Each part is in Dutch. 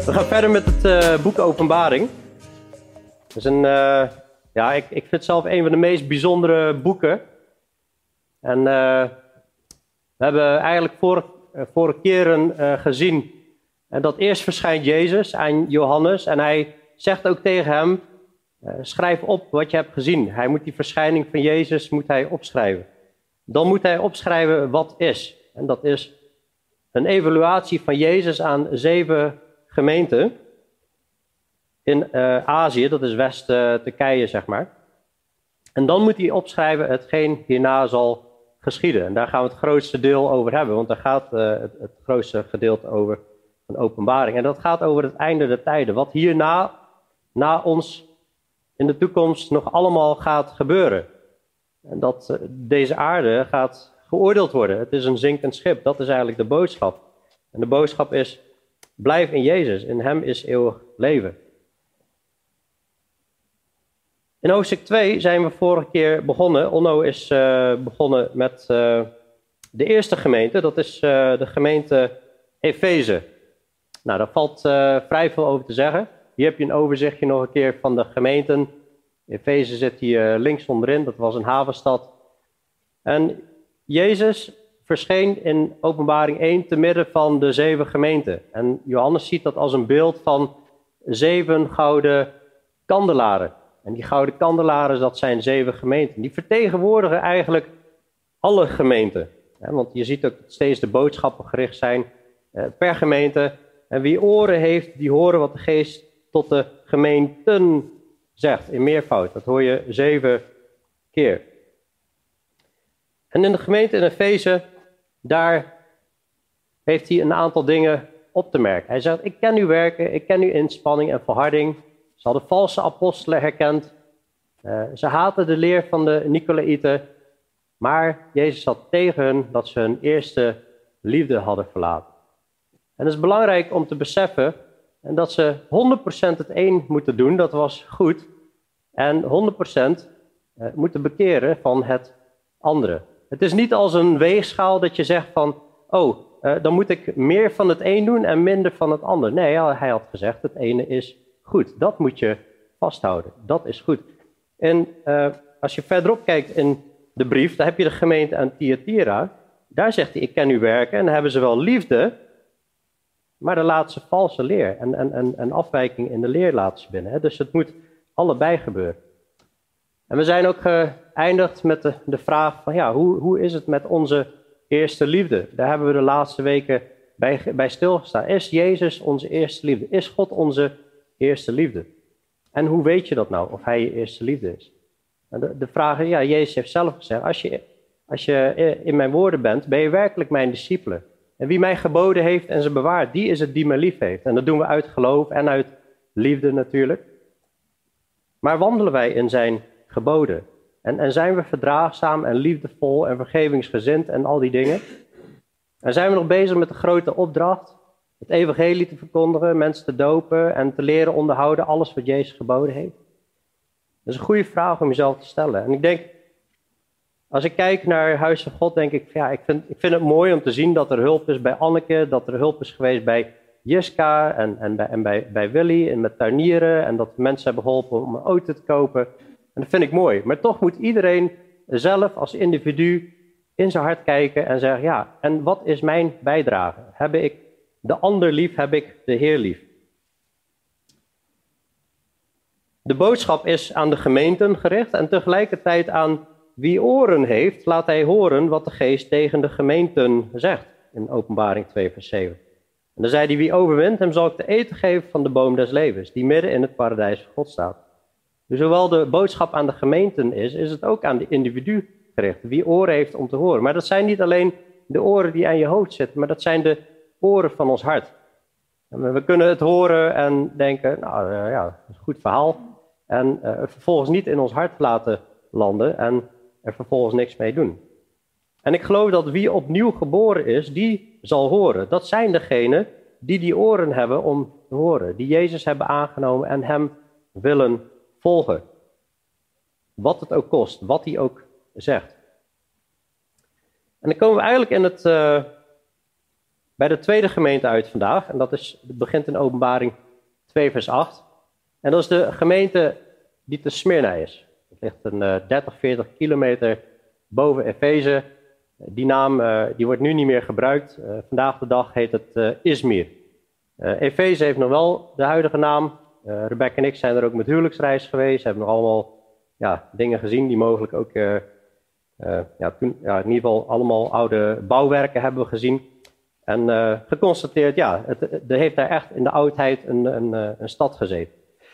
We gaan verder met het boek Openbaring. Dat is ik vind het zelf een van de meest bijzondere boeken. En we hebben eigenlijk vorige keren gezien dat eerst verschijnt Jezus aan Johannes. En hij zegt ook tegen hem, schrijf op wat je hebt gezien. Hij moet die verschijning van Jezus opschrijven. Dan moet hij opschrijven wat is. En dat is een evaluatie van Jezus aan 7 gemeenten in Azië, dat is West-Turkije, zeg maar. En dan moet hij opschrijven hetgeen hierna zal geschieden. En daar gaan we het grootste deel over hebben, want daar gaat het grootste gedeelte over een openbaring. En dat gaat over het einde der tijden. Wat hierna, na ons in de toekomst nog allemaal gaat gebeuren. En dat deze aarde gaat geoordeeld worden. Het is een zinkend schip, dat is eigenlijk de boodschap. En de boodschap is, blijf in Jezus, in hem is eeuwig leven. In hoofdstuk 2 zijn we vorige keer begonnen. Onno is begonnen met de eerste gemeente, dat is de gemeente Efeze. Nou, daar valt vrij veel over te zeggen. Hier heb je een overzichtje nog een keer van de gemeenten. Efeze zit hier links onderin, dat was een havenstad. En Jezus verscheen in Openbaring 1 te midden van de 7 gemeenten. En Johannes ziet dat als een beeld van 7 gouden kandelaren. En die gouden kandelaren, dat zijn 7 gemeenten. Die vertegenwoordigen eigenlijk alle gemeenten. Want je ziet ook dat steeds de boodschappen gericht zijn per gemeente. En wie oren heeft, die horen wat de geest tot de gemeenten zegt. In meervoud, dat hoor je 7 keer. En in de gemeente in Efeze, daar heeft hij een aantal dingen op te merken. Hij zegt, ik ken uw werken, ik ken uw inspanning en volharding. Ze hadden valse apostelen herkend. Ze haten de leer van de Nicolaïten. Maar Jezus had tegen hen dat ze hun eerste liefde hadden verlaten. En het is belangrijk om te beseffen dat ze 100% het een moeten doen, dat was goed. En 100% moeten bekeren van het andere. Het is niet als een weegschaal dat je zegt van, dan moet ik meer van het een doen en minder van het ander. Nee, hij had gezegd, het ene is goed. Dat moet je vasthouden. Dat is goed. En als je verderop kijkt in de brief, daar heb je de gemeente aan Thyatira. Daar zegt hij, ik ken uw werken. En dan hebben ze wel liefde, maar dan laten ze valse leer. En afwijking in de leer laten ze binnen. Hè? Dus het moet allebei gebeuren. En we zijn ook geëindigd met de vraag van, ja, hoe is het met onze eerste liefde? Daar hebben we de laatste weken bij stilgestaan. Is Jezus onze eerste liefde? Is God onze eerste liefde? En hoe weet je dat nou, of hij je eerste liefde is? De vraag is, ja, Jezus heeft zelf gezegd, als je in mijn woorden bent, ben je werkelijk mijn discipelen. En wie mij geboden heeft en ze bewaart, die is het die mij lief heeft. En dat doen we uit geloof en uit liefde natuurlijk. Maar wandelen wij in zijn geboden? En zijn we verdraagzaam en liefdevol en vergevingsgezind en al die dingen? En zijn we nog bezig met de grote opdracht? Het evangelie te verkondigen, mensen te dopen en te leren onderhouden, alles wat Jezus geboden heeft? Dat is een goede vraag om jezelf te stellen. En ik denk, als ik kijk naar Huis van God, denk ik, ja, ik vind het mooi om te zien dat er hulp is bij Anneke, dat er hulp is geweest bij Jiska en bij Willy en met tuinieren en dat mensen hebben geholpen om een auto te kopen. En dat vind ik mooi. Maar toch moet iedereen zelf als individu in zijn hart kijken en zeggen, ja, en wat is mijn bijdrage? Heb ik de ander lief, heb ik de Heer lief? De boodschap is aan de gemeenten gericht en tegelijkertijd aan wie oren heeft, laat hij horen wat de geest tegen de gemeenten zegt. In Openbaring 2 vers 7. En dan zei hij, wie overwint, hem zal ik te eten geven van de boom des levens, die midden in het paradijs van God staat. Dus hoewel de boodschap aan de gemeenten is het ook aan de individu gericht. Wie oren heeft om te horen. Maar dat zijn niet alleen de oren die aan je hoofd zitten, maar dat zijn de oren van ons hart. En we kunnen het horen en denken, nou ja, dat is een goed verhaal. En vervolgens niet in ons hart laten landen en er vervolgens niks mee doen. En ik geloof dat wie opnieuw geboren is, die zal horen. Dat zijn degenen die oren hebben om te horen. Die Jezus hebben aangenomen en hem willen volgen. Wat het ook kost, wat hij ook zegt. En dan komen we eigenlijk in het bij de tweede gemeente uit vandaag. En dat begint in Openbaring 2 vers 8. En dat is de gemeente die te Smyrna is. Het ligt een 30, 40 kilometer boven Efeze. Die naam die wordt nu niet meer gebruikt. Vandaag de dag heet het Izmir. Efeze heeft nog wel de huidige naam. Rebecca en ik zijn er ook met huwelijksreis geweest. Hebben nog allemaal dingen gezien die mogelijk ook... toen, in ieder geval allemaal oude bouwwerken hebben we gezien. En geconstateerd, er heeft daar echt in de oudheid een stad gezeten.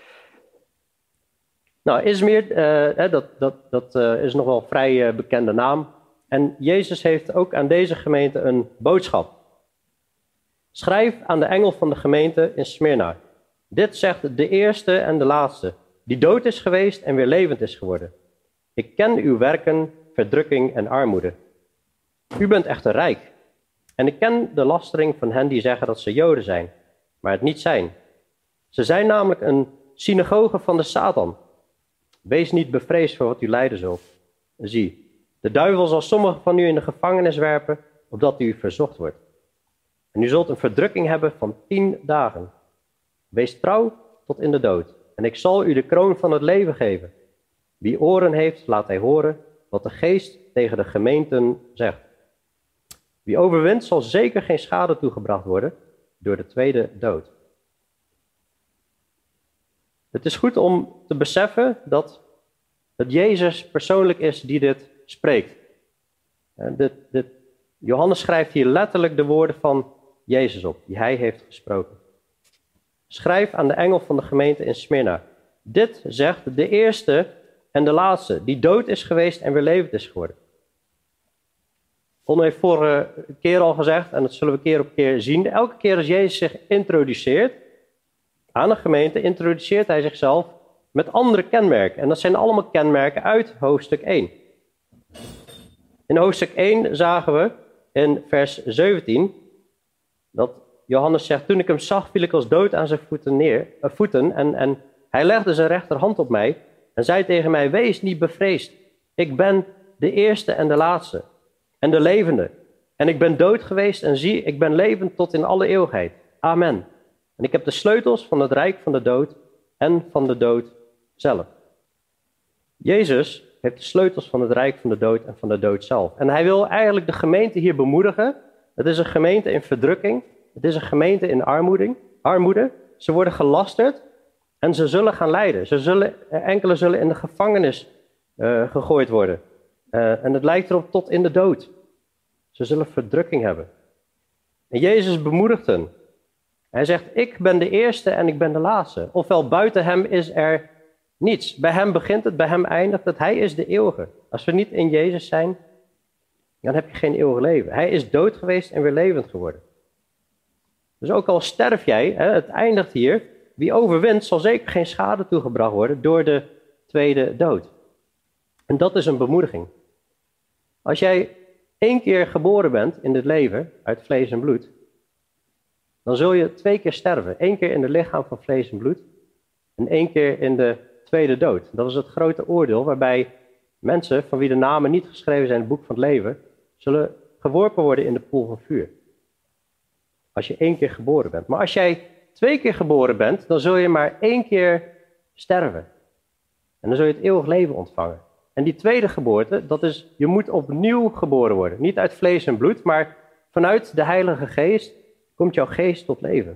Nou, Izmir, dat is nog wel een vrij bekende naam. En Jezus heeft ook aan deze gemeente een boodschap. Schrijf aan de engel van de gemeente in Smyrna. Dit zegt de eerste en de laatste, die dood is geweest en weer levend is geworden. Ik ken uw werken, verdrukking en armoede. U bent echter rijk. En ik ken de lastering van hen die zeggen dat ze Joden zijn, maar het niet zijn. Ze zijn namelijk een synagoge van de Satan. Wees niet bevreesd voor wat u lijden zult. Zie, de duivel zal sommigen van u in de gevangenis werpen, opdat u verzocht wordt. En u zult een verdrukking hebben van 10 dagen. Wees trouw tot in de dood. En ik zal u de kroon van het leven geven. Wie oren heeft, laat hij horen wat de geest tegen de gemeenten zegt. Wie overwint, zal zeker geen schade toegebracht worden door de tweede dood. Het is goed om te beseffen dat het Jezus persoonlijk is die dit spreekt. Johannes schrijft hier letterlijk de woorden van Jezus op, die hij heeft gesproken. Schrijf aan de engel van de gemeente in Smyrna. Dit zegt de eerste en de laatste, die dood is geweest en weer levend is geworden. Onno heeft vorige keer al gezegd, en dat zullen we keer op keer zien. Elke keer als Jezus zich introduceert aan een gemeente, introduceert hij zichzelf met andere kenmerken. En dat zijn allemaal kenmerken uit hoofdstuk 1. In hoofdstuk 1 zagen we in vers 17 dat Johannes zegt, toen ik hem zag, viel ik als dood aan zijn voeten en hij legde zijn rechterhand op mij en zei tegen mij, wees niet bevreesd. Ik ben de eerste en de laatste en de levende. En ik ben dood geweest en zie, ik ben levend tot in alle eeuwigheid. Amen. En ik heb de sleutels van het rijk van de dood en van de dood zelf. Jezus heeft de sleutels van het rijk van de dood en van de dood zelf. En hij wil eigenlijk de gemeente hier bemoedigen. Het is een gemeente in verdrukking. Het is een gemeente in armoede. Ze worden gelasterd en ze zullen gaan lijden. Enkele zullen in de gevangenis gegooid worden. En het lijkt erop tot in de dood. Ze zullen verdrukking hebben. En Jezus bemoedigt hen. Hij zegt, ik ben de eerste en ik ben de laatste. Ofwel, buiten hem is er niets. Bij hem begint het, bij hem eindigt het. Hij is de eeuwige. Als we niet in Jezus zijn, dan heb je geen eeuwig leven. Hij is dood geweest en weer levend geworden. Dus ook al sterf jij, het eindigt hier. Wie overwint, zal zeker geen schade toegebracht worden door de tweede dood. En dat is een bemoediging. Als jij 1 keer geboren bent in dit leven, uit vlees en bloed, dan zul je 2 keer sterven. 1 keer in het lichaam van vlees en bloed en 1 keer in de tweede dood. Dat is het grote oordeel waarbij mensen van wie de namen niet geschreven zijn in het boek van het leven, zullen geworpen worden in de poel van vuur. Als je 1 keer geboren bent. Maar als jij 2 keer geboren bent, dan zul je maar 1 keer sterven. En dan zul je het eeuwig leven ontvangen. En die tweede geboorte, dat is, je moet opnieuw geboren worden. Niet uit vlees en bloed, maar vanuit de Heilige Geest komt jouw geest tot leven.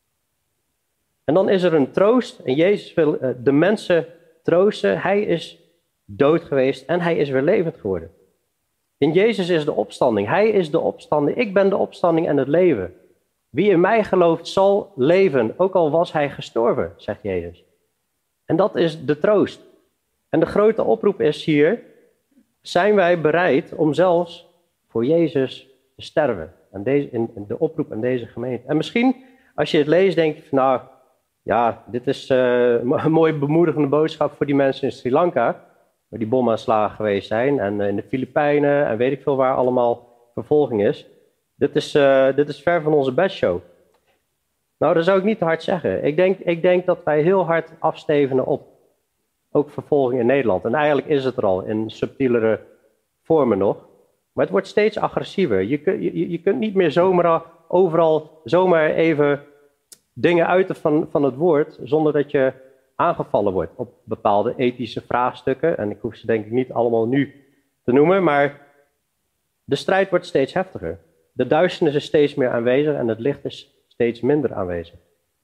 En dan is er een troost. En Jezus wil de mensen troosten. Hij is dood geweest en hij is weer levend geworden. In Jezus is de opstanding. Hij is de opstanding. Ik ben de opstanding en het leven. Wie in mij gelooft zal leven, ook al was hij gestorven, zegt Jezus. En dat is de troost. En de grote oproep is hier, zijn wij bereid om zelfs voor Jezus te sterven? En in de oproep aan deze gemeente. En misschien, als je het leest, denk je van, nou, ja, dit is een mooie bemoedigende boodschap voor die mensen in Sri Lanka, waar die bomaanslagen geweest zijn, en in de Filipijnen, en weet ik veel waar allemaal vervolging is. Dit is ver van onze bedshow. Nou, dat zou ik niet te hard zeggen. Ik denk dat wij heel hard afstevenen op ook vervolging in Nederland. En eigenlijk is het er al in subtielere vormen nog. Maar het wordt steeds agressiever. Je kunt niet meer zomaar overal zomaar even dingen uiten van het woord, zonder dat je aangevallen wordt op bepaalde ethische vraagstukken. En ik hoef ze denk ik niet allemaal nu te noemen, maar de strijd wordt steeds heftiger. De duisternis is steeds meer aanwezig en het licht is steeds minder aanwezig.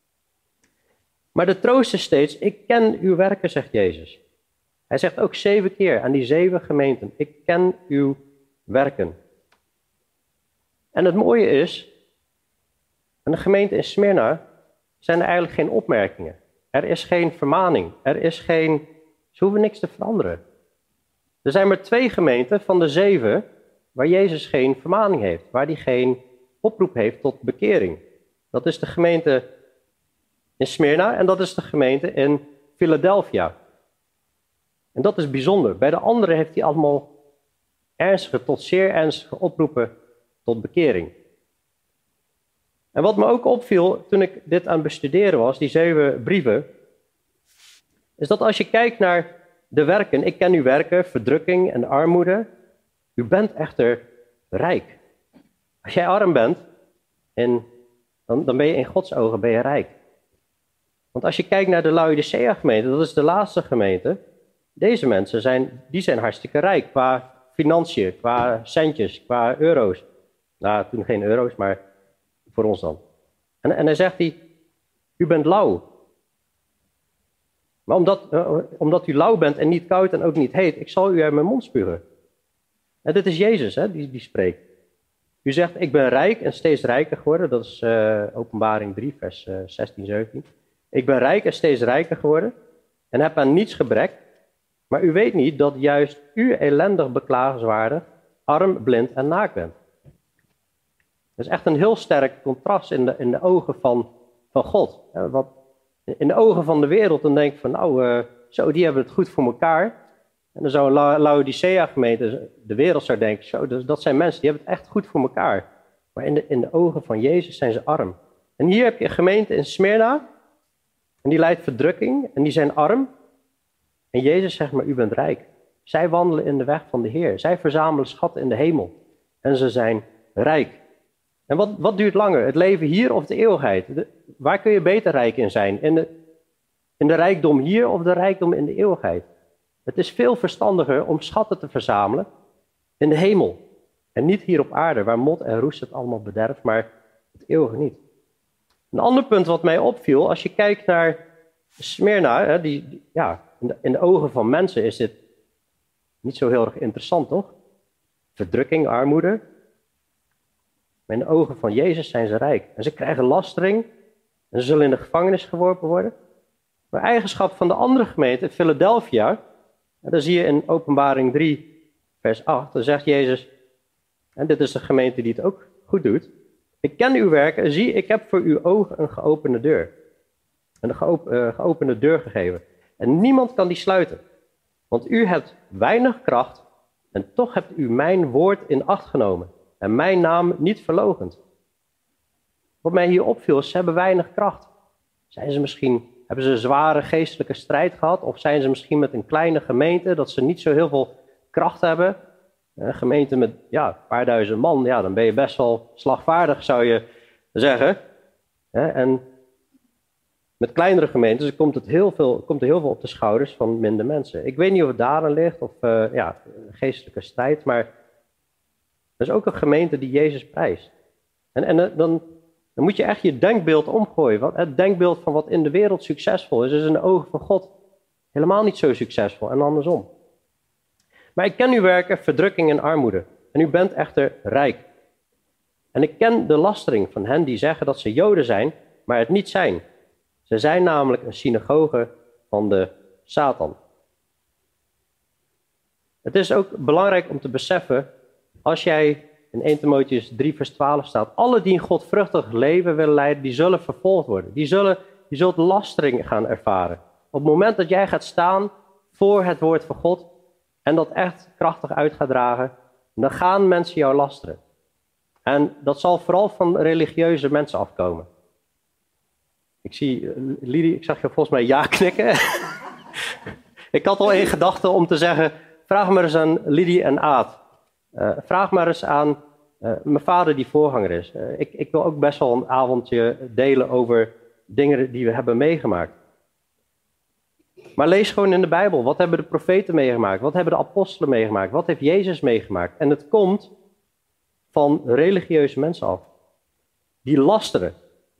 Maar de troost is steeds, ik ken uw werken, zegt Jezus. Hij zegt ook 7 keer aan die 7 gemeenten, ik ken uw werken. En het mooie is, aan de gemeente in Smyrna zijn er eigenlijk geen opmerkingen. Er is geen vermaning. Ze hoeven niks te veranderen. Er zijn maar 2 gemeenten van de 7 waar Jezus geen vermaning heeft. Waar hij geen oproep heeft tot bekering. Dat is de gemeente in Smyrna en dat is de gemeente in Philadelphia. En dat is bijzonder. Bij de anderen heeft hij allemaal ernstige tot zeer ernstige oproepen tot bekering. En wat me ook opviel toen ik dit aan het bestuderen was, die 7 brieven, is dat als je kijkt naar de werken, ik ken uw werken, verdrukking en armoede, u bent echter rijk. Als jij arm bent, dan ben je in Gods ogen ben je rijk. Want als je kijkt naar de Laodicea gemeente, dat is de laatste gemeente, deze mensen zijn hartstikke rijk qua financiën, qua centjes, qua euro's. Nou, toen geen euro's, maar voor ons dan. En dan zegt hij, u bent lauw. Maar omdat u lauw bent en niet koud en ook niet heet, ik zal u uit mijn mond spugen. En dit is Jezus, hè, die spreekt. U zegt, ik ben rijk en steeds rijker geworden. Dat is Openbaring 3, vers 16, 17. Ik ben rijk en steeds rijker geworden en heb aan niets gebrek. Maar u weet niet dat juist u ellendig, beklagenswaardig, arm, blind en naakt bent. Dat is echt een heel sterk contrast in de ogen van God. Want in de ogen van de wereld dan denk ik van die hebben het goed voor elkaar. En dan zou een Laodicea gemeente, de wereld zou denken, dat zijn mensen die hebben het echt goed voor elkaar. Maar in de ogen van Jezus zijn ze arm. En hier heb je een gemeente in Smyrna. En die lijdt verdrukking en die zijn arm. En Jezus zegt maar, u bent rijk. Zij wandelen in de weg van de Heer. Zij verzamelen schatten in de hemel. En ze zijn rijk. En wat duurt langer? Het leven hier of de eeuwigheid? Waar kun je beter rijk in zijn? In de rijkdom hier of de rijkdom in de eeuwigheid? Het is veel verstandiger om schatten te verzamelen in de hemel. En niet hier op aarde, waar mot en roest het allemaal bederft, maar het eeuwige niet. Een ander punt wat mij opviel, als je kijkt naar Smyrna, in de ogen van mensen is dit niet zo heel erg interessant, toch? Verdrukking, armoede. Maar in de ogen van Jezus zijn ze rijk. En ze krijgen lastering en ze zullen in de gevangenis geworpen worden. Maar eigenschap van de andere gemeente, Philadelphia, daar zie je in Openbaring 3, vers 8, dan zegt Jezus, en dit is de gemeente die het ook goed doet, ik ken uw werken en zie, ik heb voor uw ogen een geopende deur. Een geopende deur gegeven. En niemand kan die sluiten. Want u hebt weinig kracht en toch hebt u mijn woord in acht genomen. En mijn naam niet verloochend. Wat mij hier opviel, ze hebben weinig kracht. Hebben ze een zware geestelijke strijd gehad? Of zijn ze misschien met een kleine gemeente, dat ze niet zo heel veel kracht hebben? Een gemeente met een paar duizend man, dan ben je best wel slagvaardig, zou je zeggen. En met kleinere gemeentes komt er heel veel op de schouders van minder mensen. Ik weet niet of het daaraan ligt, of geestelijke strijd, maar dat is ook een gemeente die Jezus prijst. En dan moet je echt je denkbeeld omgooien. Want het denkbeeld van wat in de wereld succesvol is in de ogen van God helemaal niet zo succesvol en andersom. Maar ik ken uw werken, verdrukking en armoede. En u bent echter rijk. En ik ken de lastering van hen die zeggen dat ze Joden zijn, maar het niet zijn. Ze zijn namelijk een synagoge van de Satan. Het is ook belangrijk om te beseffen, als jij in 1 Timotheüs 3 vers 12 staat, alle die een godvruchtig leven willen leiden, die zullen vervolgd worden. Je zult lastering gaan ervaren. Op het moment dat jij gaat staan voor het woord van God en dat echt krachtig uit gaat dragen, dan gaan mensen jou lasteren. En dat zal vooral van religieuze mensen afkomen. Ik zie, Lidie, ik zag je volgens mij ja knikken. Ik had al in gedachten om te zeggen, vraag maar eens aan Lidie en Aad. Vraag maar eens aan Mijn vader die voorganger is. Ik wil ook best wel een avondje delen over dingen die we hebben meegemaakt. Maar lees gewoon in de Bijbel. Wat hebben de profeten meegemaakt? Wat hebben de apostelen meegemaakt? Wat heeft Jezus meegemaakt? En het komt van religieuze mensen af. Die lasteren.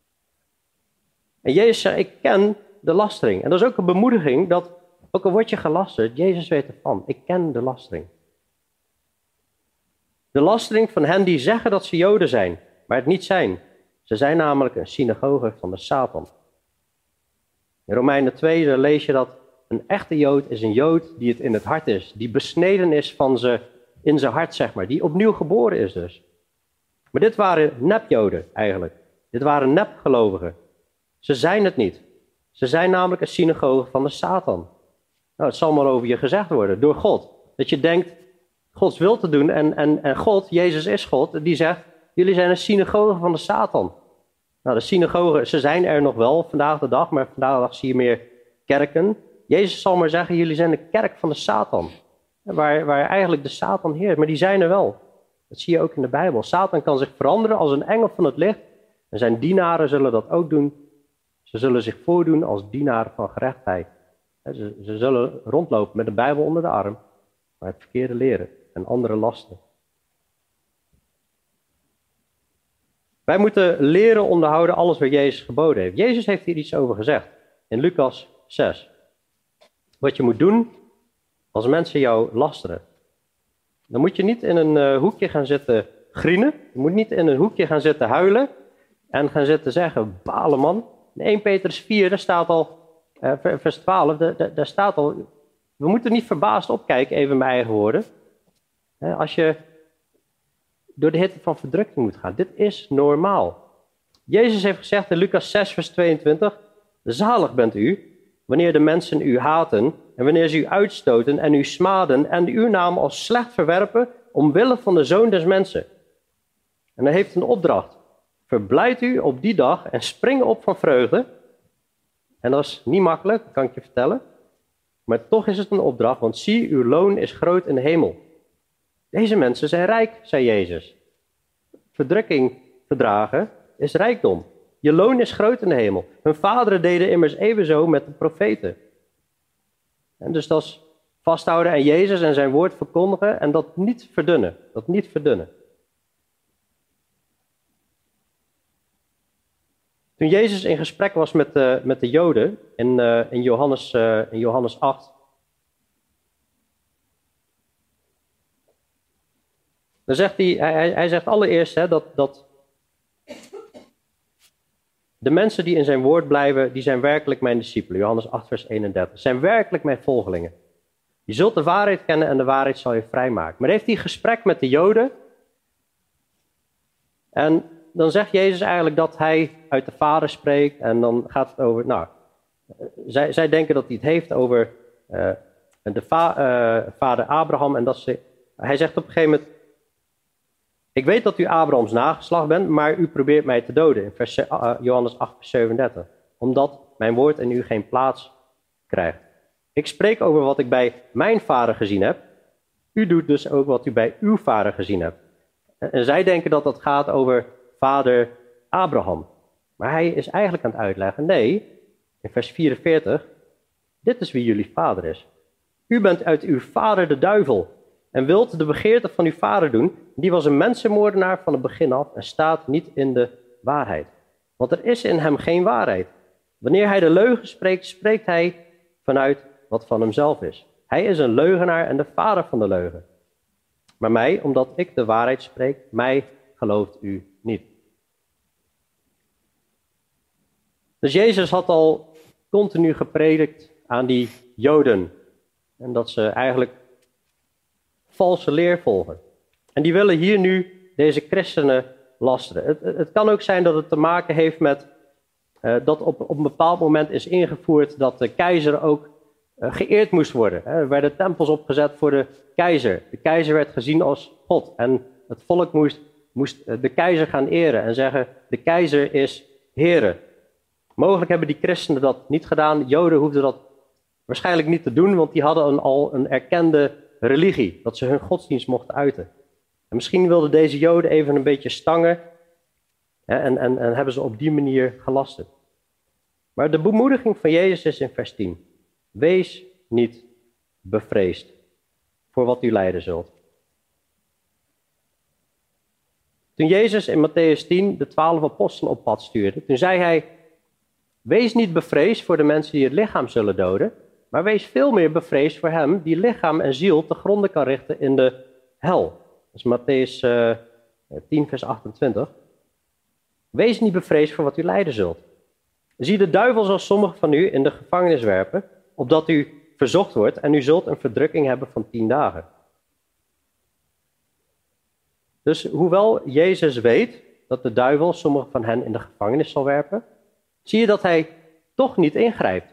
En Jezus zei, ik ken de lastering. En dat is ook een bemoediging dat, ook al word je gelasterd, Jezus weet ervan. Ik ken de lastering. De lastering van hen die zeggen dat ze Joden zijn, maar het niet zijn. Ze zijn namelijk een synagoge van de Satan. In Romeinen 2 lees je dat een echte Jood is een Jood die het in het hart is. Die besneden is in zijn hart, zeg maar. Die opnieuw geboren is dus. Maar dit waren nepjoden eigenlijk. Dit waren nepgelovigen. Ze zijn het niet. Ze zijn namelijk een synagoge van de Satan. Nou, het zal maar over je gezegd worden door God. Dat je denkt Gods wil te doen en God, Jezus is God, die zegt, jullie zijn een synagoge van de Satan. Nou, de synagogen, ze zijn er nog wel vandaag de dag, maar vandaag de dag zie je meer kerken. Jezus zal maar zeggen, jullie zijn de kerk van de Satan. Waar eigenlijk de Satan heerst, maar die zijn er wel. Dat zie je ook in de Bijbel. Satan kan zich veranderen als een engel van het licht. En zijn dienaren zullen dat ook doen. Ze zullen zich voordoen als dienaren van gerechtigheid. Ze zullen rondlopen met de Bijbel onder de arm, maar het verkeerde leren en andere lasten. Wij moeten leren onderhouden alles wat Jezus geboden heeft. Jezus heeft hier iets over gezegd in Lucas 6. Wat je moet doen als mensen jou lasteren. Dan moet je niet in een hoekje gaan zitten grienen. Je moet niet in een hoekje gaan zitten huilen en gaan zitten zeggen, balen man. In 1 Petrus 4, daar staat al, vers 12, daar staat al, we moeten niet verbaasd opkijken, even mijn eigen woorden. Als je door de hitte van verdrukking moet gaan. Dit is normaal. Jezus heeft gezegd in Lucas 6, vers 22, zalig bent u, wanneer de mensen u haten en wanneer ze u uitstoten en u smaden en uw naam als slecht verwerpen omwille van de Zoon des Mensen. En hij heeft een opdracht. Verblijd u op die dag en spring op van vreugde. En dat is niet makkelijk, kan ik je vertellen. Maar toch is het een opdracht, want zie, uw loon is groot in de hemel. Deze mensen zijn rijk, zei Jezus. Verdrukking verdragen is rijkdom. Je loon is groot in de hemel. Hun vaderen deden immers evenzo met de profeten. En dus dat is vasthouden aan Jezus en zijn woord verkondigen en dat niet verdunnen. Dat niet verdunnen. Toen Jezus in gesprek was met de Joden in Johannes 8. Dan zegt hij zegt allereerst dat de mensen die in zijn woord blijven, die zijn werkelijk mijn discipelen. Johannes 8 vers 31. Zijn werkelijk mijn volgelingen. Je zult de waarheid kennen en de waarheid zal je vrijmaken. Maar heeft hij gesprek met de Joden. En dan zegt Jezus eigenlijk dat hij uit de Vader spreekt. En dan gaat het over, zij denken dat hij het heeft over de vader Abraham. En hij zegt op een gegeven moment, ik weet dat u Abrahams nageslacht bent, maar u probeert mij te doden. In Johannes 8 vers 37. Omdat mijn woord in u geen plaats krijgt. Ik spreek over wat ik bij mijn vader gezien heb. U doet dus ook wat u bij uw vader gezien hebt. En zij denken dat dat gaat over vader Abraham. Maar hij is eigenlijk aan het uitleggen, nee, in vers 44, dit is wie jullie vader is. U bent uit uw vader de duivel en wilt de begeerte van uw vader doen. Die was een mensenmoordenaar van het begin af en staat niet in de waarheid. Want er is in hem geen waarheid. Wanneer hij de leugen spreekt, spreekt hij vanuit wat van hemzelf is. Hij is een leugenaar en de vader van de leugen. Maar mij, omdat ik de waarheid spreek, mij gelooft u niet. Dus Jezus had al continu gepredikt aan die Joden. En dat ze eigenlijk valse leer volgen. En die willen hier nu deze christenen lasteren. Het kan ook zijn dat het te maken heeft met dat op een bepaald moment is ingevoerd dat de keizer ook geëerd moest worden. Er werden tempels opgezet voor de keizer. De keizer werd gezien als God. En het volk moest de keizer gaan eren en zeggen, de keizer is Heere. Mogelijk hebben die christenen dat niet gedaan. Joden hoefden dat waarschijnlijk niet te doen, want die hadden al een erkende religie. Dat ze hun godsdienst mochten uiten. En misschien wilden deze Joden even een beetje stangen en hebben ze op die manier gelasterd. Maar de bemoediging van Jezus is in vers 10. Wees niet bevreesd voor wat u lijden zult. Toen Jezus in Matthäus 10 de 12 apostelen op pad stuurde, toen zei hij, wees niet bevreesd voor de mensen die het lichaam zullen doden, maar wees veel meer bevreesd voor hem die lichaam en ziel te gronde kan richten in de hel. Dat is Matthäus 10 vers 28. Wees niet bevreesd voor wat u lijden zult. Zie, de duivel zal sommigen van u in de gevangenis werpen, opdat u verzocht wordt en u zult een verdrukking hebben van 10 dagen. Dus hoewel Jezus weet dat de duivel sommigen van hen in de gevangenis zal werpen, zie je dat hij toch niet ingrijpt.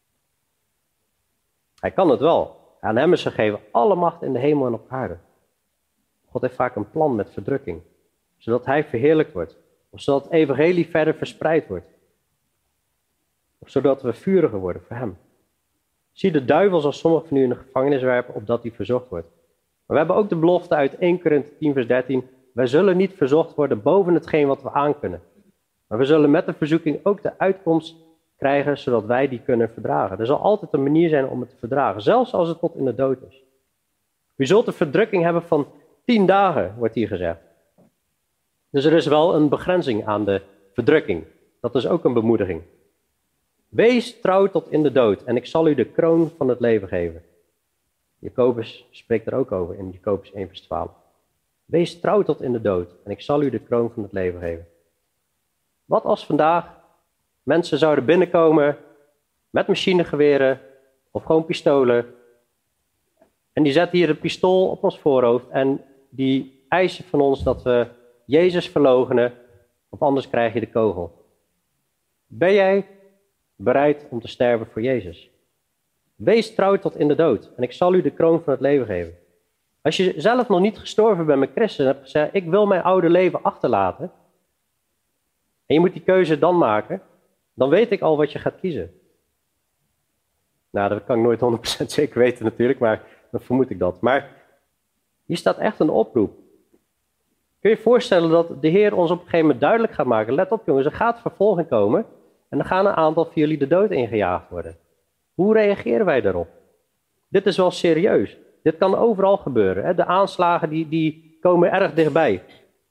Hij kan het wel. Aan hem is gegeven alle macht in de hemel en op aarde. God heeft vaak een plan met verdrukking, zodat hij verheerlijkt wordt, of zodat het evangelie verder verspreid wordt, of zodat we vuriger worden voor hem. Zie, de duivel zal sommigen van u in de gevangenis werpen, opdat u verzocht wordt. Maar we hebben ook de belofte uit 1 Korinthe 10 vers 13. Wij zullen niet verzocht worden boven hetgeen wat we aankunnen. Maar we zullen met de verzoeking ook de uitkomst krijgen, zodat wij die kunnen verdragen. Er zal altijd een manier zijn om het te verdragen, zelfs als het tot in de dood is. U zult een verdrukking hebben van 10 dagen, wordt hier gezegd. Dus er is wel een begrenzing aan de verdrukking. Dat is ook een bemoediging. Wees trouw tot in de dood en ik zal u de kroon van het leven geven. Jacobus spreekt er ook over in Jacobus 1 vers 12. Wees trouw tot in de dood en ik zal u de kroon van het leven geven. Wat als vandaag mensen zouden binnenkomen met machinegeweren of gewoon pistolen. En die zetten hier een pistool op ons voorhoofd en die eisen van ons dat we Jezus verloochenen, of anders krijg je de kogel. Ben jij bereid om te sterven voor Jezus? Wees trouw tot in de dood en ik zal u de kroon van het leven geven. Als je zelf nog niet gestorven bent met Christus en hebt gezegd, ik wil mijn oude leven achterlaten. En je moet die keuze dan maken, dan weet ik al wat je gaat kiezen. Nou, dat kan ik nooit 100% zeker weten natuurlijk, maar dan vermoed ik dat. Maar hier staat echt een oproep. Kun je je voorstellen dat de Heer ons op een gegeven moment duidelijk gaat maken, let op jongens, er gaat vervolging komen en er gaan een aantal van jullie de dood ingejaagd worden. Hoe reageren wij daarop? Dit is wel serieus. Dit kan overal gebeuren. Hè? De aanslagen die komen erg dichtbij.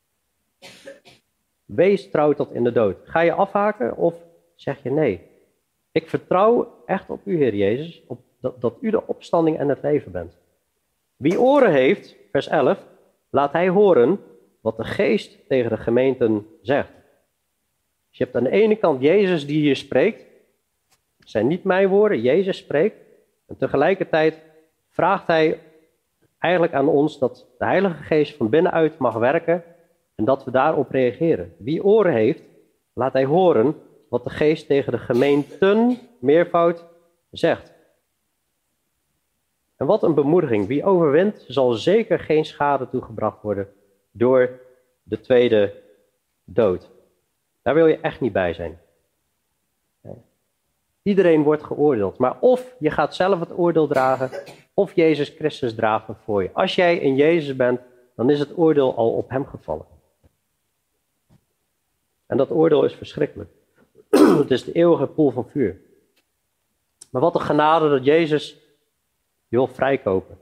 Wees trouw tot in de dood. Ga je afhaken of zeg je nee? Ik vertrouw echt op u, Heer Jezus, op dat u de opstanding en het leven bent. Wie oren heeft, vers 11, laat hij horen wat de geest tegen de gemeenten zegt. Dus je hebt aan de ene kant Jezus die hier spreekt. Het zijn niet mijn woorden, Jezus spreekt. En tegelijkertijd vraagt hij eigenlijk aan ons dat de Heilige Geest van binnenuit mag werken en dat we daarop reageren. Wie oren heeft, laat hij horen wat de Geest tegen de gemeenten, meervoud, zegt. En wat een bemoediging. Wie overwint, zal zeker geen schade toegebracht worden door de tweede dood. Daar wil je echt niet bij zijn. Iedereen wordt geoordeeld. Maar of je gaat zelf het oordeel dragen, of Jezus Christus draagt het voor je. Als jij in Jezus bent, dan is het oordeel al op hem gevallen. En dat oordeel is verschrikkelijk. Het is de eeuwige poel van vuur. Maar wat een genade dat Jezus je wil vrijkopen.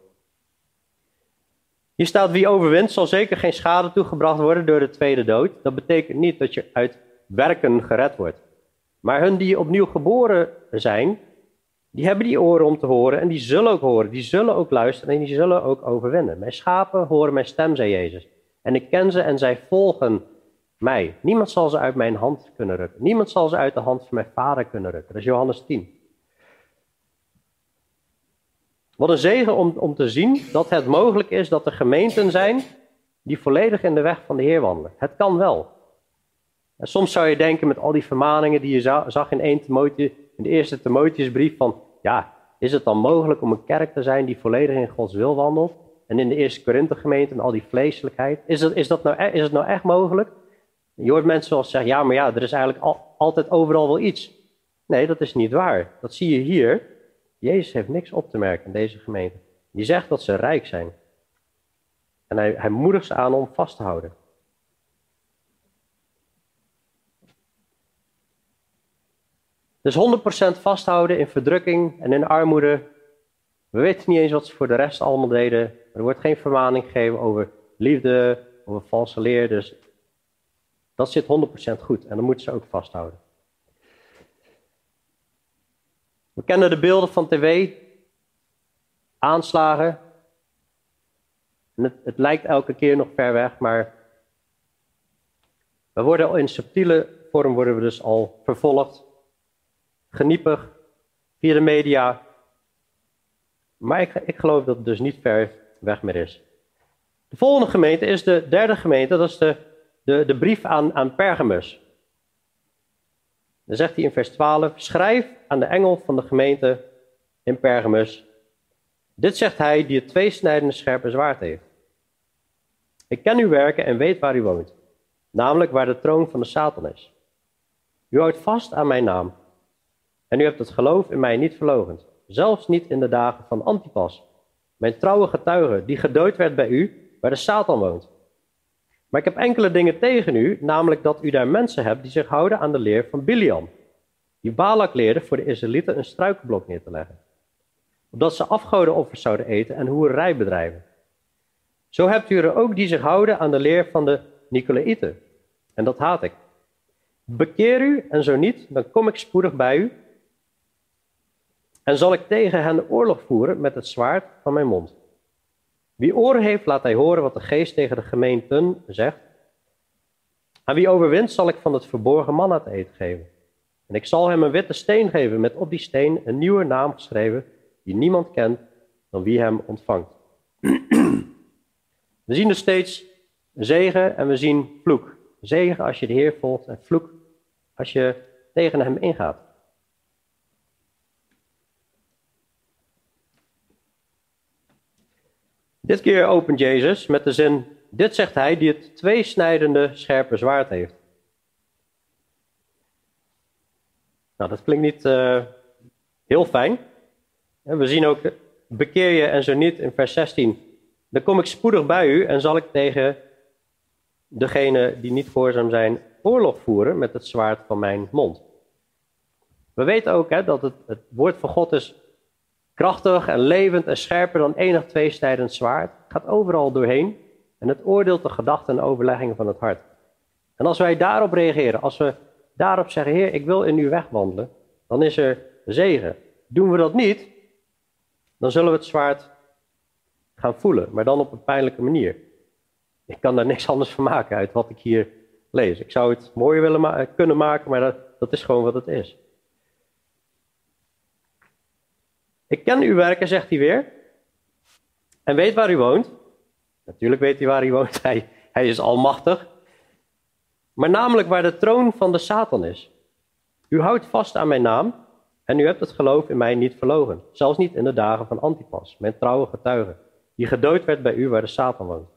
Hier staat, wie overwint zal zeker geen schade toegebracht worden door de tweede dood. Dat betekent niet dat je uit werken gered wordt. Maar hun die opnieuw geboren zijn, die hebben die oren om te horen en die zullen ook horen. Die zullen ook luisteren en die zullen ook overwinnen. Mijn schapen horen mijn stem, zei Jezus. En ik ken ze en zij volgen mij. Niemand zal ze uit mijn hand kunnen rukken. Niemand zal ze uit de hand van mijn vader kunnen rukken. Dat is Johannes 10. Wat een zegen om te zien dat het mogelijk is dat er gemeenten zijn die volledig in de weg van de Heer wandelen. Het kan wel. En soms zou je denken met al die vermaningen die je zag in de eerste Timotheusbrief van, ja, is het dan mogelijk om een kerk te zijn die volledig in Gods wil wandelt? En in de eerste Korinthe gemeente en al die vleeselijkheid. Is het nou echt mogelijk? Je hoort mensen zoals zeggen, ja, maar ja, er is eigenlijk altijd overal wel iets. Nee, dat is niet waar. Dat zie je hier. Jezus heeft niks op te merken in deze gemeente. Die zegt dat ze rijk zijn. En hij moedigt ze aan om vast te houden. Dus 100% vasthouden in verdrukking en in armoede. We weten niet eens wat ze voor de rest allemaal deden. Er wordt geen vermaning gegeven over liefde, over valse leer. Dus dat zit 100% goed. En dan moeten ze ook vasthouden. We kennen de beelden van tv. Aanslagen. En het lijkt elke keer nog ver weg, maar we worden in subtiele vorm worden we dus al vervolgd. Geniepig, via de media. Maar ik geloof dat het dus niet ver weg meer is. De volgende gemeente is de derde gemeente, dat is de brief aan Pergamus. Dan zegt hij in vers 12, schrijf aan de engel van de gemeente in Pergamus. Dit zegt hij die het tweesnijdende scherpe zwaard heeft. Ik ken uw werken en weet waar u woont, namelijk waar de troon van de Satan is. U houdt vast aan mijn naam en u hebt het geloof in mij niet verloochend, zelfs niet in de dagen van Antipas, mijn trouwe getuige, die gedood werd bij u, waar de Satan woont. Maar ik heb enkele dingen tegen u, namelijk dat u daar mensen hebt die zich houden aan de leer van Biliam, die Balak leerde voor de Israëlieten een struikelblok neer te leggen, opdat ze afgodenoffers zouden eten en hoererij bedrijven. Zo hebt u er ook die zich houden aan de leer van de Nicolaïten. En dat haat ik. Bekeer u, en zo niet, dan kom ik spoedig bij u. En zal ik tegen hen de oorlog voeren met het zwaard van mijn mond. Wie oren heeft, laat hij horen wat de geest tegen de gemeenten zegt. Aan wie overwint, zal ik van het verborgen manna te eten geven. En ik zal hem een witte steen geven, met op die steen een nieuwe naam geschreven, die niemand kent dan wie hem ontvangt. We zien dus steeds zegen en we zien vloek. Zegen als je de Heer volgt en vloek als je tegen hem ingaat. Dit keer opent Jezus met de zin, dit zegt hij die het tweesnijdende scherpe zwaard heeft. Nou, dat klinkt niet heel fijn. We zien ook, bekeer je en zo niet in vers 16. Dan kom ik spoedig bij u en zal ik tegen degene die niet gehoorzaam zijn oorlog voeren met het zwaard van mijn mond. We weten ook dat het woord van God is krachtig en levend en scherper dan enig tweesnijdend zwaard. Het gaat overal doorheen en het oordeelt de gedachten en overleggingen van het hart. En als wij daarop reageren, als we daarop zeggen, Heer, ik wil in uw weg wandelen, dan is er zegen. Doen we dat niet, dan zullen we het zwaard gaan voelen, maar dan op een pijnlijke manier. Ik kan daar niks anders van maken uit wat ik hier lees. Ik zou het mooier willen kunnen maken, maar dat is gewoon wat het is. Ik ken uw werken, zegt hij weer, en weet waar u woont. Natuurlijk weet hij waar hij woont, hij is almachtig. Maar namelijk waar de troon van de Satan is. U houdt vast aan mijn naam en u hebt het geloof in mij niet verloochend. Zelfs niet in de dagen van Antipas, mijn trouwe getuige, die gedood werd bij u waar de Satan woont.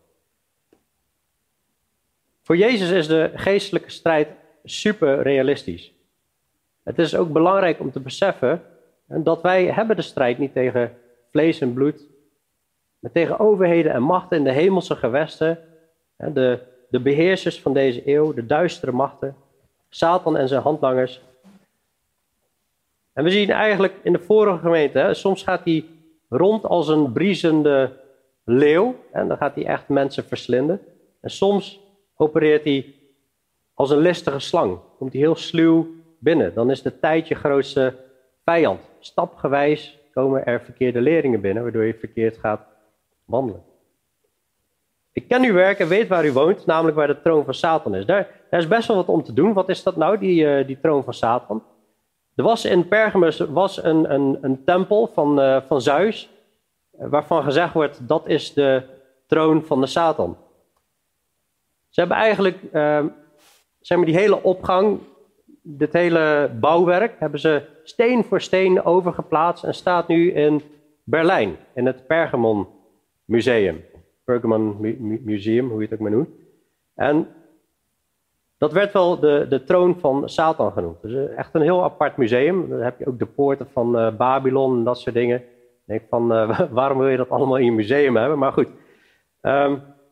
Voor Jezus is de geestelijke strijd super realistisch. Het is ook belangrijk om te beseffen dat wij hebben de strijd niet tegen vlees en bloed, maar tegen overheden en machten in de hemelse gewesten, de beheersers van deze eeuw, de duistere machten, Satan en zijn handlangers. En we zien eigenlijk in de vorige gemeente, soms gaat hij rond als een briesende leeuw, en dan gaat hij echt mensen verslinden. En soms opereert hij als een listige slang, komt hij heel sluw binnen. Dan is de tijd je grootste vijand. Stapgewijs komen er verkeerde leringen binnen, waardoor je verkeerd gaat wandelen. Ik ken uw werk en weet waar u woont, namelijk waar de troon van Satan is. Daar is best wel wat om te doen. Wat is dat nou, die troon van Satan? Er was in Pergamus een tempel van Zeus, waarvan gezegd wordt, dat is de troon van de Satan. Ze hebben eigenlijk, zeg maar, die hele opgang, dit hele bouwwerk, hebben ze steen voor steen overgeplaatst en staat nu in Berlijn, in het Pergamon Museum. Pergamon Museum, hoe je het ook maar noemt. En dat werd wel de troon van Satan genoemd. Dus echt een heel apart museum. Dan heb je ook de poorten van Babylon en dat soort dingen. Ik denk van, waarom wil je dat allemaal in je museum hebben? Maar goed.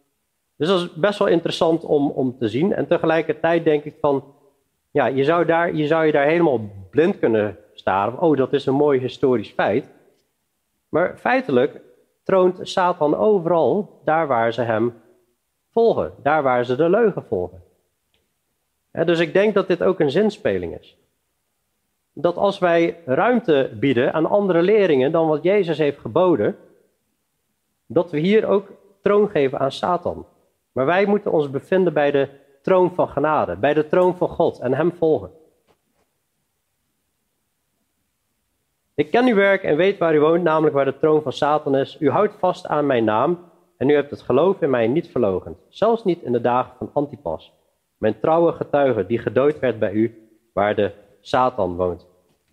Dus dat is best wel interessant om te zien. En tegelijkertijd denk ik van, ja, je zou je daar helemaal blind kunnen staren. Oh, dat is een mooi historisch feit. Maar feitelijk troont Satan overal, daar waar ze hem volgen. Daar waar ze de leugen volgen. Dus ik denk dat dit ook een zinspeling is. Dat als wij ruimte bieden aan andere leringen dan wat Jezus heeft geboden, dat we hier ook troon geven aan Satan. Maar wij moeten ons bevinden bij de troon van genade, bij de troon van God en hem volgen. Ik ken uw werk en weet waar u woont, namelijk waar de troon van Satan is. U houdt vast aan mijn naam en u hebt het geloof in mij niet verloochend. Zelfs niet in de dagen van Antipas, mijn trouwe getuige die gedood werd bij u, waar de Satan woont.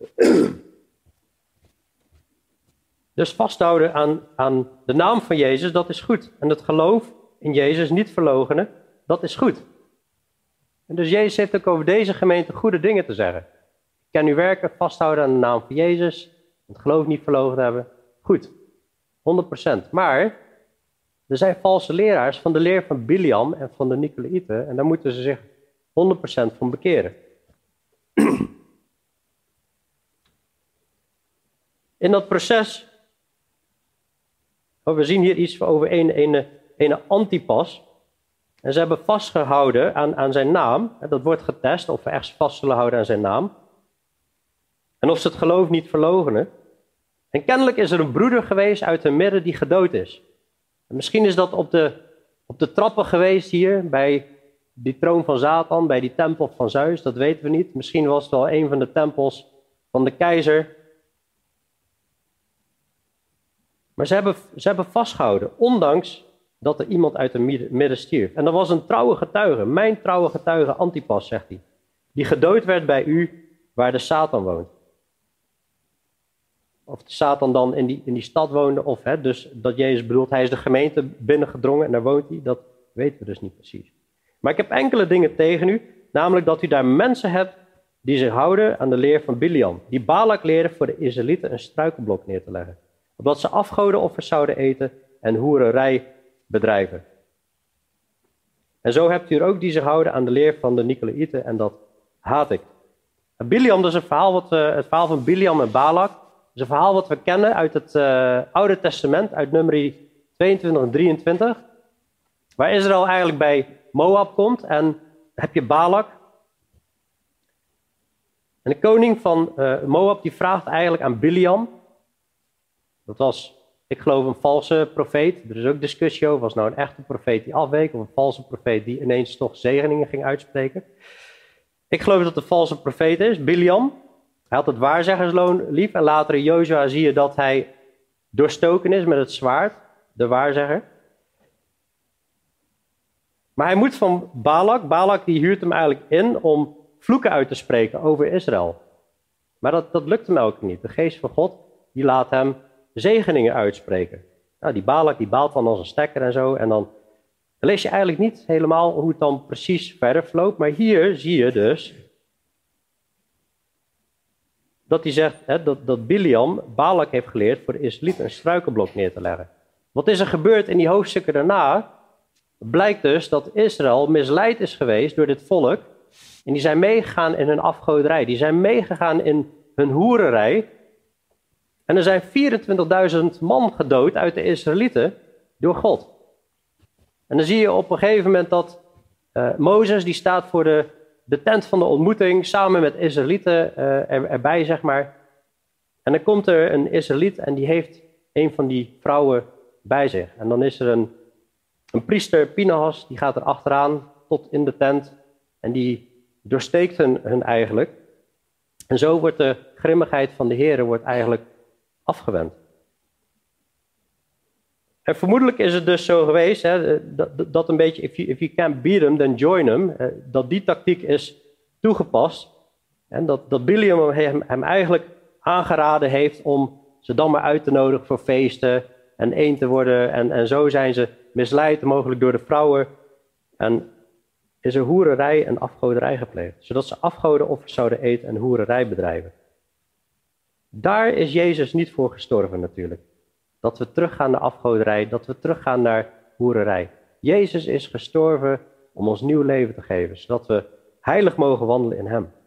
Dus vasthouden aan de naam van Jezus, dat is goed. En het geloof in Jezus niet verloochenen, dat is goed. En dus Jezus heeft ook over deze gemeente goede dingen te zeggen. Ik ken uw werken, vasthouden aan de naam van Jezus, het geloof niet verloochend hebben. Goed, 100%. Maar er zijn valse leraars van de leer van Biliam en van de Nicolaïten. En daar moeten ze zich 100% van bekeren. In dat proces, we zien hier iets over een Antipas. En ze hebben vastgehouden aan zijn naam. Dat wordt getest of we echt vast zullen houden aan zijn naam. En of ze het geloof niet verloochenen. En kennelijk is er een broeder geweest uit hun midden die gedood is. En misschien is dat op de trappen geweest hier, bij die troon van Satan, bij die tempel van Zeus, dat weten we niet. Misschien was het wel een van de tempels van de keizer. Maar ze hebben vastgehouden, ondanks dat er iemand uit hun midden stierf. En dat was een trouwe getuige, mijn trouwe getuige Antipas, zegt hij. Die gedood werd bij u, waar de Satan woont. Of de Satan dan in die stad woonde, of dus dat Jezus bedoelt, hij is de gemeente binnengedrongen en daar woont hij, dat weten we dus niet precies. Maar ik heb enkele dingen tegen u, namelijk dat u daar mensen hebt die zich houden aan de leer van Biliam. Die Balak leerden voor de Israëlieten een struikelblok neer te leggen. Opdat ze afgodenoffers zouden eten en hoererij bedrijven. En zo hebt u er ook die zich houden aan de leer van de Nicolaïten en dat haat ik. Biliam, dat is het verhaal van Biliam en Balak. Dat is een verhaal wat we kennen uit het Oude Testament, uit Numeri 22 en 23. Waar Israël eigenlijk bij Moab komt en heb je Balak. En de koning van Moab die vraagt eigenlijk aan Biliam. Dat was, ik geloof, een valse profeet. Er is ook discussie over, was nou een echte profeet die afweek of een valse profeet die ineens toch zegeningen ging uitspreken. Ik geloof dat het een valse profeet is, Biliam. Hij had het waarzeggersloon lief en later in Jozua zie je dat hij doorstoken is met het zwaard, de waarzegger. Maar hij moet van Balak die huurt hem eigenlijk in om vloeken uit te spreken over Israël. Maar dat lukt hem elke keer niet. De geest van God die laat hem zegeningen uitspreken. Nou, die Balak die baalt dan als een stekker en zo. En dan lees je eigenlijk niet helemaal hoe het dan precies verder verloopt. Maar hier zie je dus dat hij zegt dat Biliam Balak heeft geleerd voor de Israëlieten een struikelblok neer te leggen. Wat is er gebeurd in die hoofdstukken daarna? Blijkt dus dat Israël misleid is geweest door dit volk. En die zijn meegegaan in hun afgoderij. Die zijn meegegaan in hun hoererij. En er zijn 24.000 man gedood uit de Israëlieten door God. En dan zie je op een gegeven moment dat Mozes, die staat voor de tent van de ontmoeting, samen met Israëlieten erbij, zeg maar. En dan komt er een Israëliet en die heeft een van die vrouwen bij zich. En dan is er een priester, Pinahas, die gaat er achteraan tot in de tent. En die doorsteekt hun eigenlijk. En zo wordt de grimmigheid van de Heere eigenlijk afgewend. En vermoedelijk is het dus zo geweest, dat een beetje, if you can't beat them, then join them, dat die tactiek is toegepast. En dat Biliam hem eigenlijk aangeraden heeft om ze dan maar uit te nodigen voor feesten en één te worden. En zo zijn ze misleid, mogelijk door de vrouwen. En is er hoererij en afgoderij gepleegd, zodat ze afgodenoffers zouden eten en hoererij bedrijven. Daar is Jezus niet voor gestorven natuurlijk. Dat we teruggaan naar afgoderij, dat we teruggaan naar hoererij. Jezus is gestorven om ons nieuw leven te geven, zodat we heilig mogen wandelen in hem.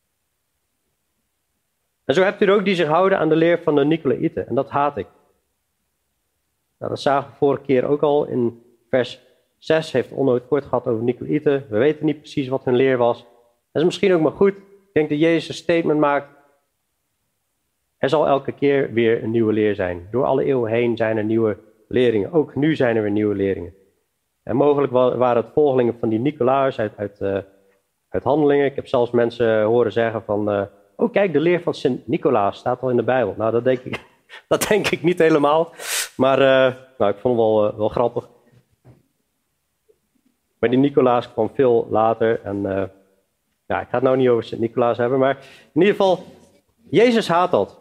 En zo hebt u er ook die zich houden aan de leer van de Nicolaïten. En dat haat ik. Nou, dat zagen we vorige keer ook al. In vers 6 heeft Onno het kort gehad over Nicolaïten. We weten niet precies wat hun leer was. Dat is misschien ook maar goed. Ik denk dat Jezus een statement maakt. Er zal elke keer weer een nieuwe leer zijn. Door alle eeuwen heen zijn er nieuwe leringen. Ook nu zijn er weer nieuwe leringen. En mogelijk waren het volgelingen van die Nicolaas uit Handelingen. Ik heb zelfs mensen horen zeggen van... oh, kijk, de leer van Sint Nicolaas staat al in de Bijbel. Nou, dat denk ik niet helemaal. Maar ik vond het wel grappig. Maar die Nicolaas kwam veel later. En ik ga het nou niet over Sint Nicolaas hebben. Maar in ieder geval, Jezus haat dat.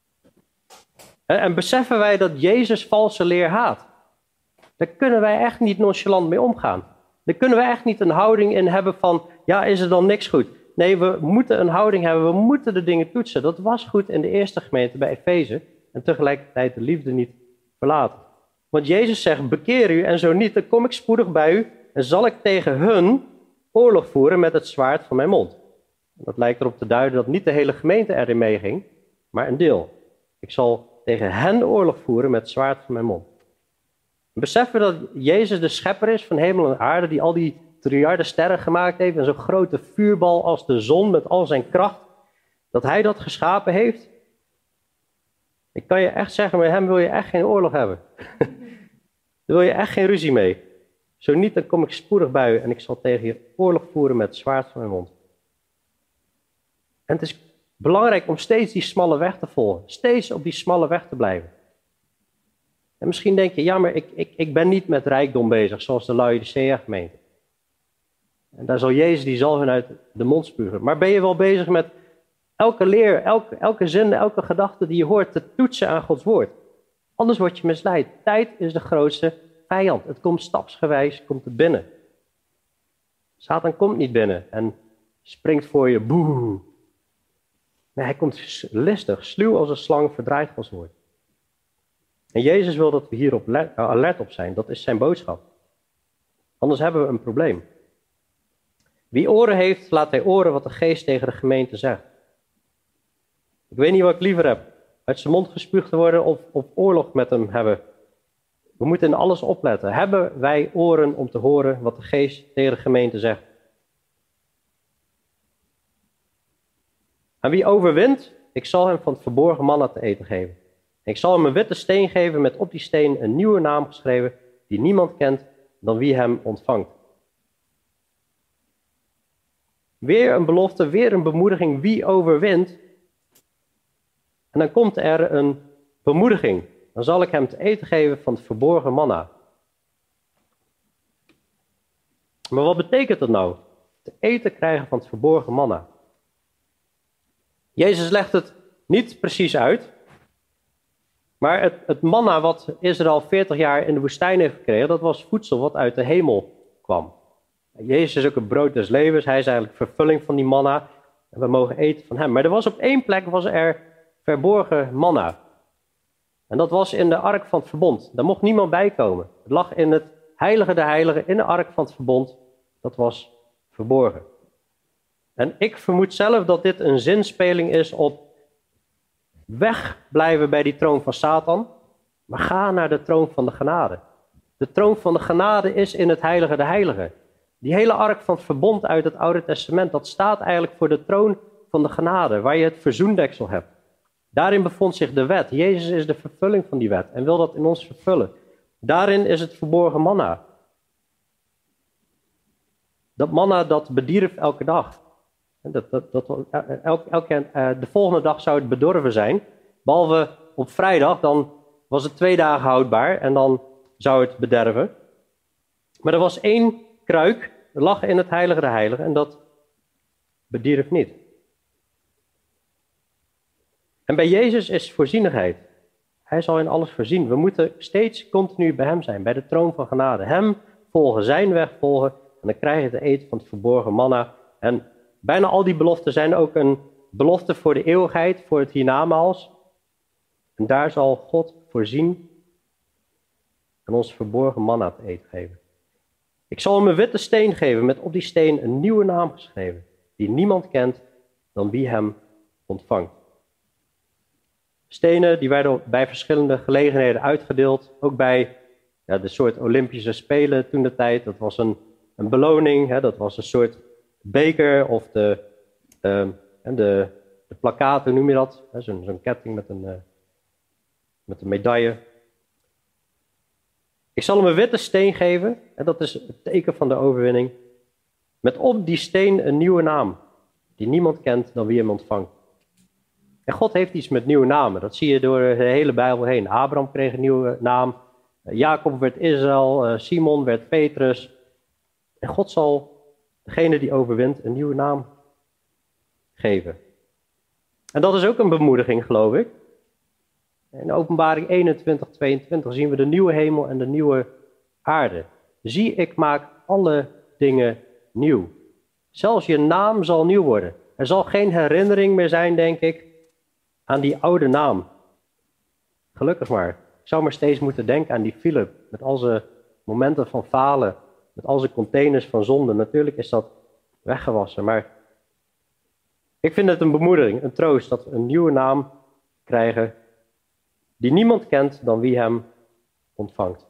En beseffen wij dat Jezus valse leer haat. Daar kunnen wij echt niet nonchalant mee omgaan. Daar kunnen we echt niet een houding in hebben van... ja, is er dan niks goed? Nee, we moeten een houding hebben. We moeten de dingen toetsen. Dat was goed in de eerste gemeente bij Efeze. En tegelijkertijd de liefde niet verlaten. Want Jezus zegt, bekeer u en zo niet, dan kom ik spoedig bij u... en zal ik tegen hun oorlog voeren met het zwaard van mijn mond. Dat lijkt erop te duiden dat niet de hele gemeente erin meeging, maar een deel. Ik zal tegen hen oorlog voeren met het zwaard van mijn mond. Beseffen dat Jezus de schepper is van hemel en aarde, die al die triljarden sterren gemaakt heeft en zo'n grote vuurbal als de zon met al zijn kracht, dat hij dat geschapen heeft. Ik kan je echt zeggen, met hem wil je echt geen oorlog hebben. Daar wil je echt geen ruzie mee. Zo niet, dan kom ik spoedig bij u en ik zal tegen je oorlog voeren met het zwaard van mijn mond. En het is belangrijk om steeds die smalle weg te volgen. Steeds op die smalle weg te blijven. En misschien denk je, ja, maar ik ben niet met rijkdom bezig, zoals de Laodicea-gemeente. En daar zal Jezus, die zal hun uit de mond spugen. Maar ben je wel bezig met elke leer, elke zin, elke gedachte die je hoort te toetsen aan Gods woord? Anders word je misleid. Tijd is de grootste vijand. Het komt stapsgewijs, komt het binnen. Satan komt niet binnen en springt voor je, boe. Nee, hij komt listig, sluw als een slang, verdraait Gods woord. En Jezus wil dat we hierop alert op zijn. Dat is zijn boodschap. Anders hebben we een probleem. Wie oren heeft, laat hij horen wat de geest tegen de gemeente zegt. Ik weet niet wat ik liever heb. Uit zijn mond gespuugd te worden of oorlog met hem hebben. We moeten in alles opletten. Hebben wij oren om te horen wat de geest tegen de gemeente zegt? En wie overwint, ik zal hem van het verborgen manna te eten geven. En ik zal hem een witte steen geven met op die steen een nieuwe naam geschreven die niemand kent dan wie hem ontvangt. Weer een belofte, weer een bemoediging. Wie overwint? En dan komt er een bemoediging. Dan zal ik hem te eten geven van het verborgen manna. Maar wat betekent dat nou? Te eten krijgen van het verborgen manna. Jezus legt het niet precies uit. Maar het manna wat Israël 40 jaar in de woestijn heeft gekregen, dat was voedsel wat uit de hemel kwam. Jezus is ook het brood des levens. Hij is eigenlijk vervulling van die manna. En we mogen eten van hem. Maar er was op één plek verborgen manna. En dat was in de ark van het verbond. Daar mocht niemand bij komen. Het lag in het heilige der heiligen, in de ark van het verbond. Dat was verborgen. En ik vermoed zelf dat dit een zinspeling is op wegblijven bij die troon van Satan, maar ga naar de troon van de genade. De troon van de genade is in het heilige der heiligen. Die hele ark van het verbond uit het Oude Testament, dat staat eigenlijk voor de troon van de genade, waar je het verzoendeksel hebt. Daarin bevond zich de wet. Jezus is de vervulling van die wet en wil dat in ons vervullen. Daarin is het verborgen manna. Dat manna dat bedierf elke dag. De volgende dag zou het bedorven zijn. Behalve op vrijdag, dan was het 2 dagen houdbaar en dan zou het bederven. Maar er was 1 kruik, dat lag in het heilige der heiligen en dat bedierf niet. En bij Jezus is voorzienigheid. Hij zal in alles voorzien. We moeten steeds continu bij hem zijn, bij de troon van genade. Hem volgen, zijn weg volgen en dan krijg je te eten van het verborgen manna. En bijna al die beloften zijn ook een belofte voor de eeuwigheid, voor het hiernamaals. En daar zal God voorzien en ons verborgen manna te eten geven. Ik zal hem een witte steen geven met op die steen een nieuwe naam geschreven, die niemand kent dan wie hem ontvangt. Stenen die werden bij verschillende gelegenheden uitgedeeld, ook bij de soort Olympische Spelen toen de tijd. Dat was een beloning, dat was een soort beker of de plakkaat, hoe noem je dat? Zo'n ketting met een medaille. Ik zal hem een witte steen geven, en dat is het teken van de overwinning, met op die steen een nieuwe naam, die niemand kent dan wie hem ontvangt. En God heeft iets met nieuwe namen, dat zie je door de hele Bijbel heen. Abraham kreeg een nieuwe naam, Jacob werd Israël, Simon werd Petrus. En God zal degene die overwint een nieuwe naam geven. En dat is ook een bemoediging, geloof ik. In Openbaring 21:22 zien we de nieuwe hemel en de nieuwe aarde. Zie, ik maak alle dingen nieuw. Zelfs je naam zal nieuw worden. Er zal geen herinnering meer zijn, denk ik, aan die oude naam. Gelukkig maar. Ik zou maar steeds moeten denken aan die Philip, met al zijn momenten van falen, met al zijn containers van zonde. Natuurlijk is dat weggewassen, maar ik vind het een bemoediging, een troost, dat we een nieuwe naam krijgen die niemand kent dan wie hem ontvangt.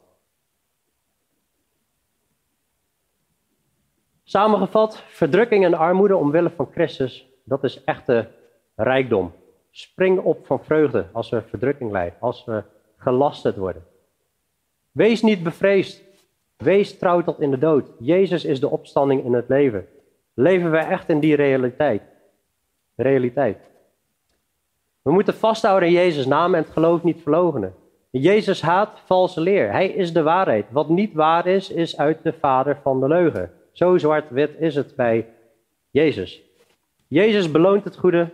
Samengevat, verdrukking en armoede omwille van Christus, dat is echte rijkdom. Spring op van vreugde als we verdrukking lijden, als we gelasterd worden. Wees niet bevreesd. Wees trouw tot in de dood. Jezus is de opstanding in het leven. Leven wij echt in die realiteit? We moeten vasthouden in Jezus' naam en het geloof niet verloochenen. Jezus haat valse leer. Hij is de waarheid. Wat niet waar is, is uit de vader van de leugen. Zo zwart-wit is het bij Jezus. Jezus beloont het goede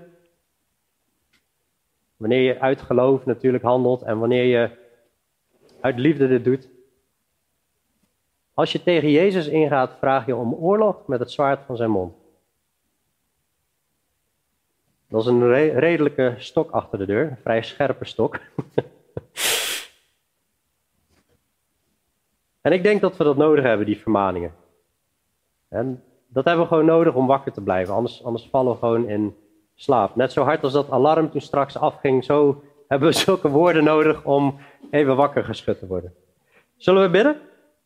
wanneer je uit geloof natuurlijk handelt en wanneer je uit liefde dit doet. Als je tegen Jezus ingaat, vraag je om oorlog met het zwaard van zijn mond. Dat is een redelijke stok achter de deur, een vrij scherpe stok. En ik denk dat we dat nodig hebben, die vermaningen. En dat hebben we gewoon nodig om wakker te blijven, anders vallen we gewoon in slaap. Net zo hard als dat alarm toen straks afging, zo hebben we zulke woorden nodig om even wakker geschud te worden. Zullen we bidden?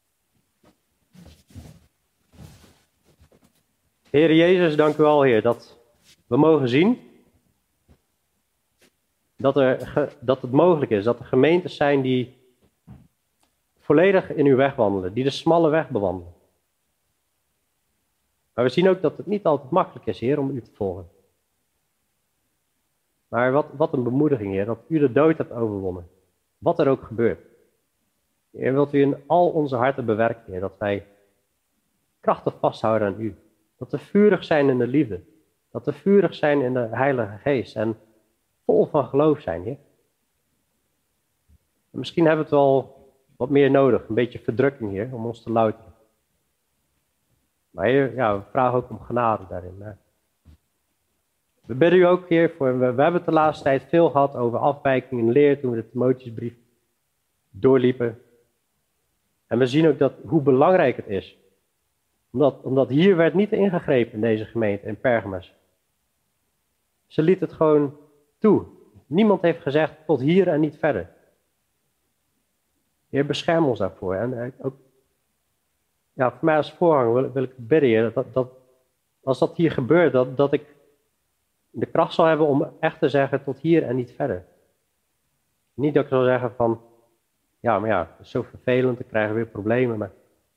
Heer Jezus, dank u wel, Heer, dat we mogen zien dat het mogelijk is, dat er gemeentes zijn die volledig in uw weg wandelen, die de smalle weg bewandelen. Maar we zien ook dat het niet altijd makkelijk is, Heer, om u te volgen. Maar wat een bemoediging, Heer, dat u de dood hebt overwonnen. Wat er ook gebeurt. Heer, wilt u in al onze harten bewerken, Heer, dat wij krachtig vasthouden aan u. Dat we vurig zijn in de liefde. Dat we vurig zijn in de Heilige Geest. En vol van geloof zijn, Heer. En misschien hebben we het wel wat meer nodig. Een beetje verdrukking, Heer, om ons te louteren. Maar Heer, ja, we vragen ook om genade daarin. Hè. We bidden u ook, Heer, we hebben het de laatste tijd veel gehad over afwijking in leer toen we de Timotheusbrief doorliepen. En we zien ook hoe belangrijk het is. Omdat hier werd niet ingegrepen in deze gemeente, in Pergamus. Ze liet het gewoon toe. Niemand heeft gezegd tot hier en niet verder. Heer, bescherm ons daarvoor. En ook, ja, voor mij als voorganger wil ik bidden, Heer, dat als dat hier gebeurt, dat ik de kracht zal hebben om echt te zeggen tot hier en niet verder. Niet dat ik zal zeggen van, ja, maar ja, het is zo vervelend, dan krijgen we weer problemen. Maar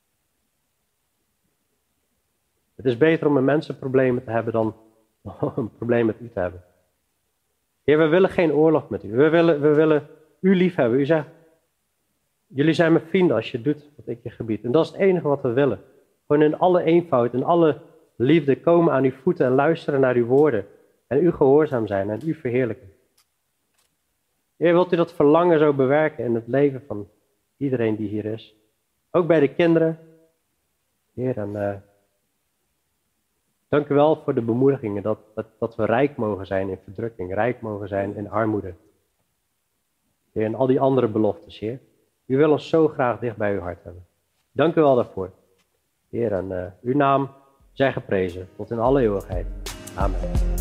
het is beter om met mensen problemen te hebben dan een probleem met u te hebben. Heer, we willen geen oorlog met u. We willen u lief hebben. U zegt, jullie zijn mijn vrienden als je doet wat ik je gebied. En dat is het enige wat we willen. Gewoon in alle eenvoud, in alle liefde komen aan uw voeten en luisteren naar uw woorden. En u gehoorzaam zijn en u verheerlijken. Heer, wilt u dat verlangen zo bewerken in het leven van iedereen die hier is? Ook bij de kinderen. Heer, en dank u wel voor de bemoedigingen dat we rijk mogen zijn in verdrukking, rijk mogen zijn in armoede. Heer, en al die andere beloftes, Heer. U wil ons zo graag dicht bij uw hart hebben. Dank u wel daarvoor. Heer, en uw naam zij geprezen tot in alle eeuwigheid. Amen.